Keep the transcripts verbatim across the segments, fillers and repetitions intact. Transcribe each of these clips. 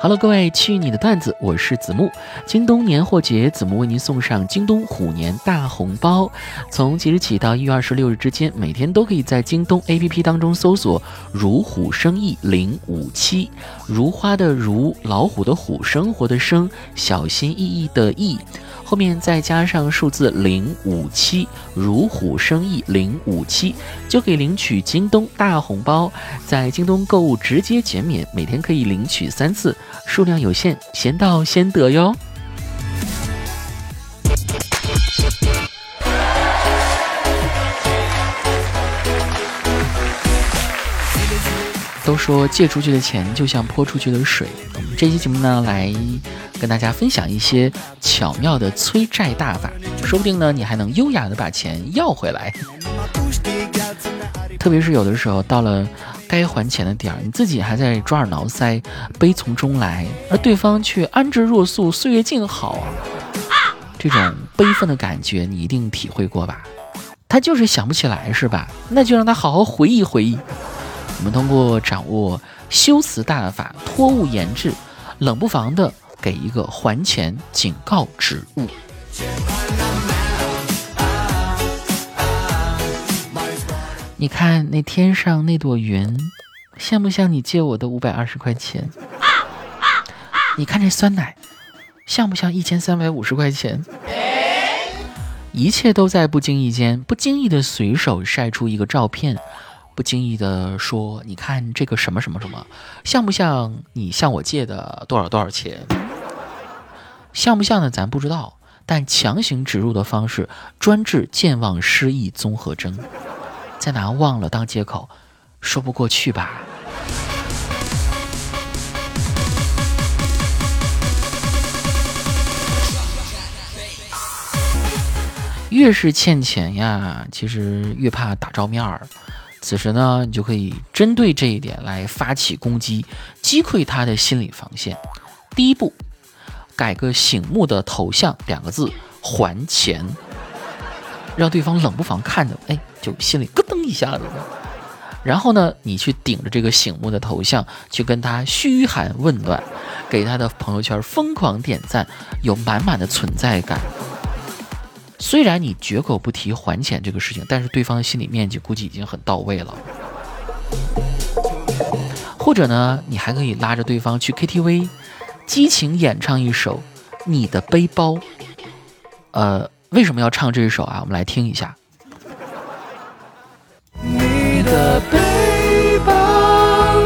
Hello， 各位去你的段子，我是子木。京东年货节，子木为您送上京东虎年大红包。从即日起到一月二十六日之间，每天都可以在京东 A P P 当中搜索“如虎生意零五七”，如花的如，老虎的虎，生活的生，小心翼翼的翼，后面再加上数字零五七，如虎生意零五七，就可以领取京东大红包。在京东购物直接减免，每天可以领取三次，数量有限，先到先得哟。都说借出去的钱就像泼出去的水，我们这期节目呢，来跟大家分享一些巧妙的催债大法，说不定呢，你还能优雅的把钱要回来。特别是有的时候到了该还钱的点儿，你自己还在抓耳挠腮，悲从中来，而对方却安之若素，岁月静好啊！这种悲愤的感觉你一定体会过吧？他就是想不起来是吧？那就让他好好回忆回忆。我们通过掌握修辞大法，托物言志，冷不防的给一个还钱警告指物。你看那天上那朵云，像不像你借我的五百二十块钱？你看这酸奶，像不像一千三百五十块钱？一切都在不经意间，不经意的随手晒出一个照片，不经意的说，你看这个什么什么什么，像不像你向我借的多少多少钱？像不像呢？咱不知道，但强行植入的方式，专治健忘失忆综合征。再拿忘了当借口，说不过去吧？越是欠钱呀，其实越怕打照面儿。此时呢，你就可以针对这一点来发起攻击，击溃他的心理防线。第一步，改个醒目的头像，两个字，还钱，让对方冷不防看着，哎，就心里咯噔一下子。然后呢，你去顶着这个醒目的头像，去跟他嘘寒问暖，给他的朋友圈疯狂点赞，有满满的存在感。虽然你绝口不提还钱这个事情，但是对方的心理面积估计已经很到位了。或者呢，你还可以拉着对方去 K T V， 激情演唱一首《你的背包》。呃，为什么要唱这一首啊？我们来听一下。你的背包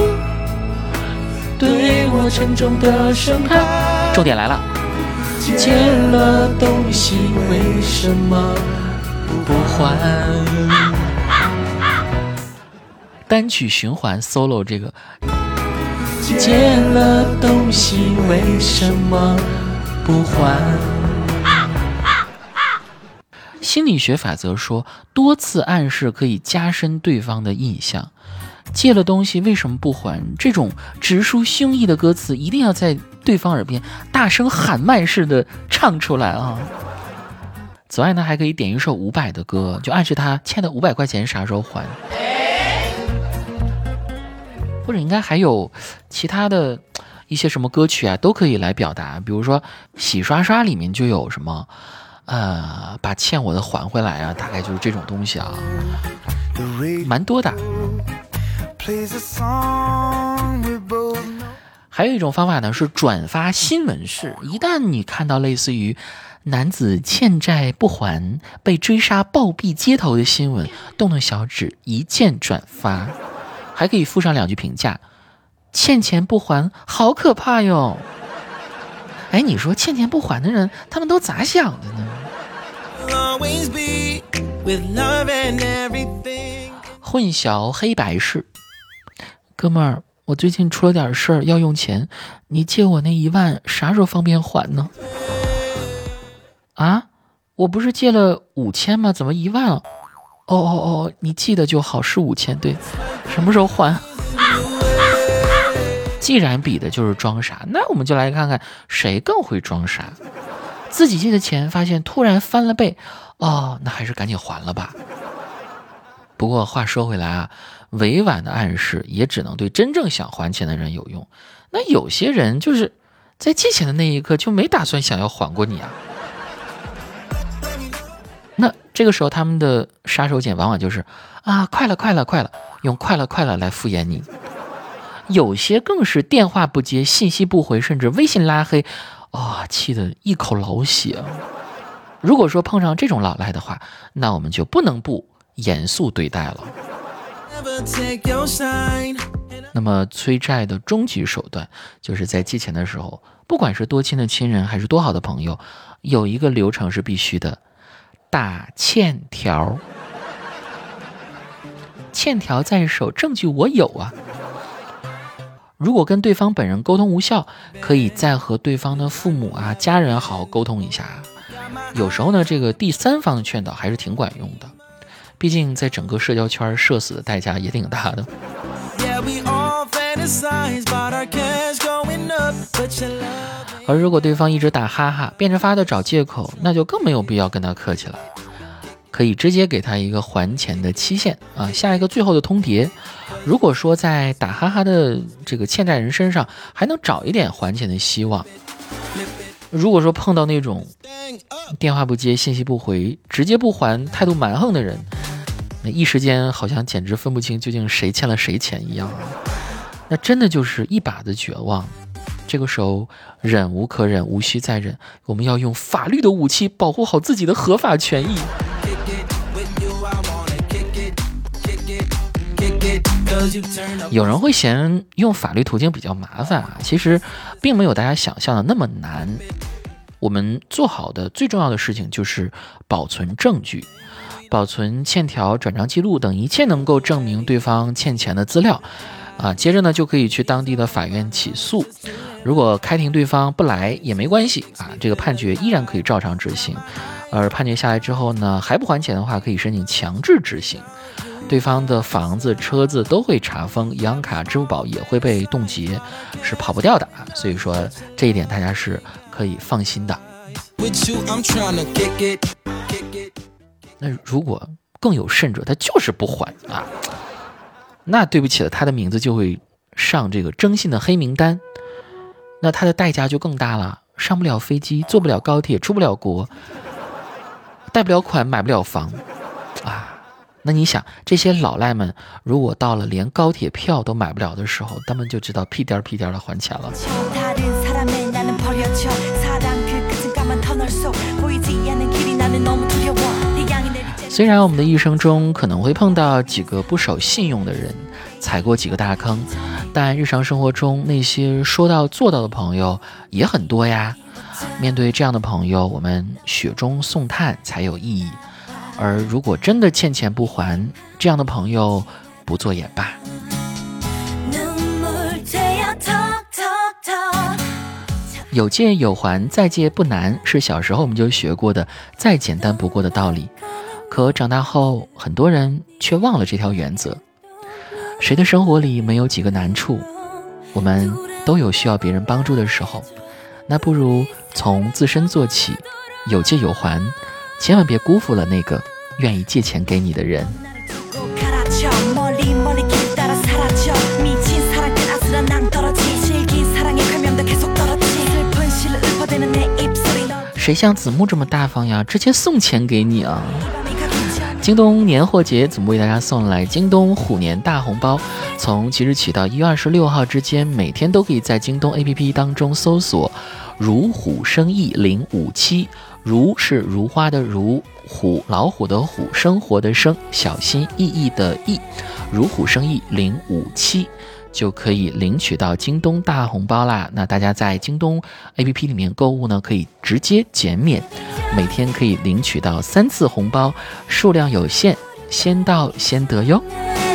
对我沉重的审判。重点来了。借了东西为什么不还？单曲循环 solo 这个借了东西为什么不还？心理学法则说，多次暗示可以加深对方的印象。借了东西为什么不还？这种直抒胸臆的歌词一定要在对方耳边大声喊麦似的唱出来啊！此外呢，还可以点一首伍佰的歌，就暗示他欠的五百块钱啥时候还。或者应该还有其他的一些什么歌曲啊，都可以来表达。比如说洗刷刷里面就有什么呃，把欠我的还回来啊，大概就是这种东西啊，蛮多的。还有一种方法呢，是转发新闻式。一旦你看到类似于男子欠债不还被追杀暴毙街头的新闻，动动小指一键转发，还可以附上两句评价：欠钱不还好可怕哟。哎，你说欠钱不还的人他们都咋想的呢？混淆黑白事。哥们儿，我最近出了点事儿要用钱，你借我那一万啥时候方便还呢？啊，我不是借了五千吗？怎么一万啊？哦哦哦，你记得就好，是五千，对，什么时候还？既然比的就是装傻，那我们就来看看谁更会装傻。自己借的钱发现突然翻了倍，哦，那还是赶紧还了吧。不过话说回来啊， 委婉的暗示也只能对真正想还钱的人有用。那有些人就是在借钱的那一刻就没打算想要还过你啊。那这个时候他们的杀手锏往往就是啊，快了快了快了，用快了快了来敷衍你。有些更是电话不接，信息不回，甚至微信拉黑，啊、哦，气得一口老血。如果说碰上这种老赖的话，那我们就不能不严肃对待了。那么催债的终极手段，就是在借钱的时候，不管是多亲的亲人还是多好的朋友，有一个流程是必须的，打欠条。欠条在手，证据我有啊。如果跟对方本人沟通无效，可以再和对方的父母啊、家人好好沟通一下。有时候呢，这个第三方的劝导还是挺管用的，毕竟在整个社交圈社死的代价也挺大的。而如果对方一直打哈哈，变着法的找借口，那就更没有必要跟他客气了。可以直接给他一个还钱的期限啊，下一个最后的通牒。如果说在打哈哈的这个欠债人身上还能找一点还钱的希望，如果说碰到那种电话不接、信息不回、直接不还、态度蛮横的人，那一时间好像简直分不清究竟谁欠了谁钱一样啊，那真的就是一把的绝望。这个时候忍无可忍，无需再忍，我们要用法律的武器保护好自己的合法权益。有人会嫌用法律途径比较麻烦啊，其实并没有大家想象的那么难。我们做好的最重要的事情就是保存证据，保存欠条、转账记录等一切能够证明对方欠钱的资料啊。接着呢，就可以去当地的法院起诉。如果开庭对方不来也没关系啊，这个判决依然可以照常执行。而判决下来之后呢，还不还钱的话，可以申请强制执行。对方的房子、车子都会查封，银行卡、支付宝也会被冻结，是跑不掉的啊。所以说这一点大家是可以放心的。那如果更有甚者，他就是不还啊，那对不起了，他的名字就会上这个征信的黑名单，那他的代价就更大了，上不了飞机，坐不了高铁，出不了国，贷不了款，买不了房啊。那你想，这些老赖们如果到了连高铁票都买不了的时候，他们就知道屁颠屁颠的还钱了。虽然我们的一生中可能会碰到几个不守信用的人，踩过几个大坑，但日常生活中那些说到做到的朋友也很多呀。面对这样的朋友，我们雪中送炭才有意义。而如果真的欠钱不还，这样的朋友不做也罢。有借有还，再借不难，是小时候我们就学过的再简单不过的道理。可长大后，很多人却忘了这条原则。谁的生活里没有几个难处？我们都有需要别人帮助的时候，那不如从自身做起，有借有还，千万别辜负了那个愿意借钱给你的人。谁像子木这么大方呀，直接送钱给你啊。京东年货节，子木为大家送来京东虎年大红包，从即日起到一月二十六号之间，每天都可以在京东 A P P 当中搜索如虎生意零五七，如是如花的如，虎老虎的虎，生活的生，小心翼翼的翼，如虎生意零五七，就可以领取到京东大红包啦。那大家在京东 A P P 里面购物呢，可以直接减免，每天可以领取到三次红包，数量有限，先到先得哟。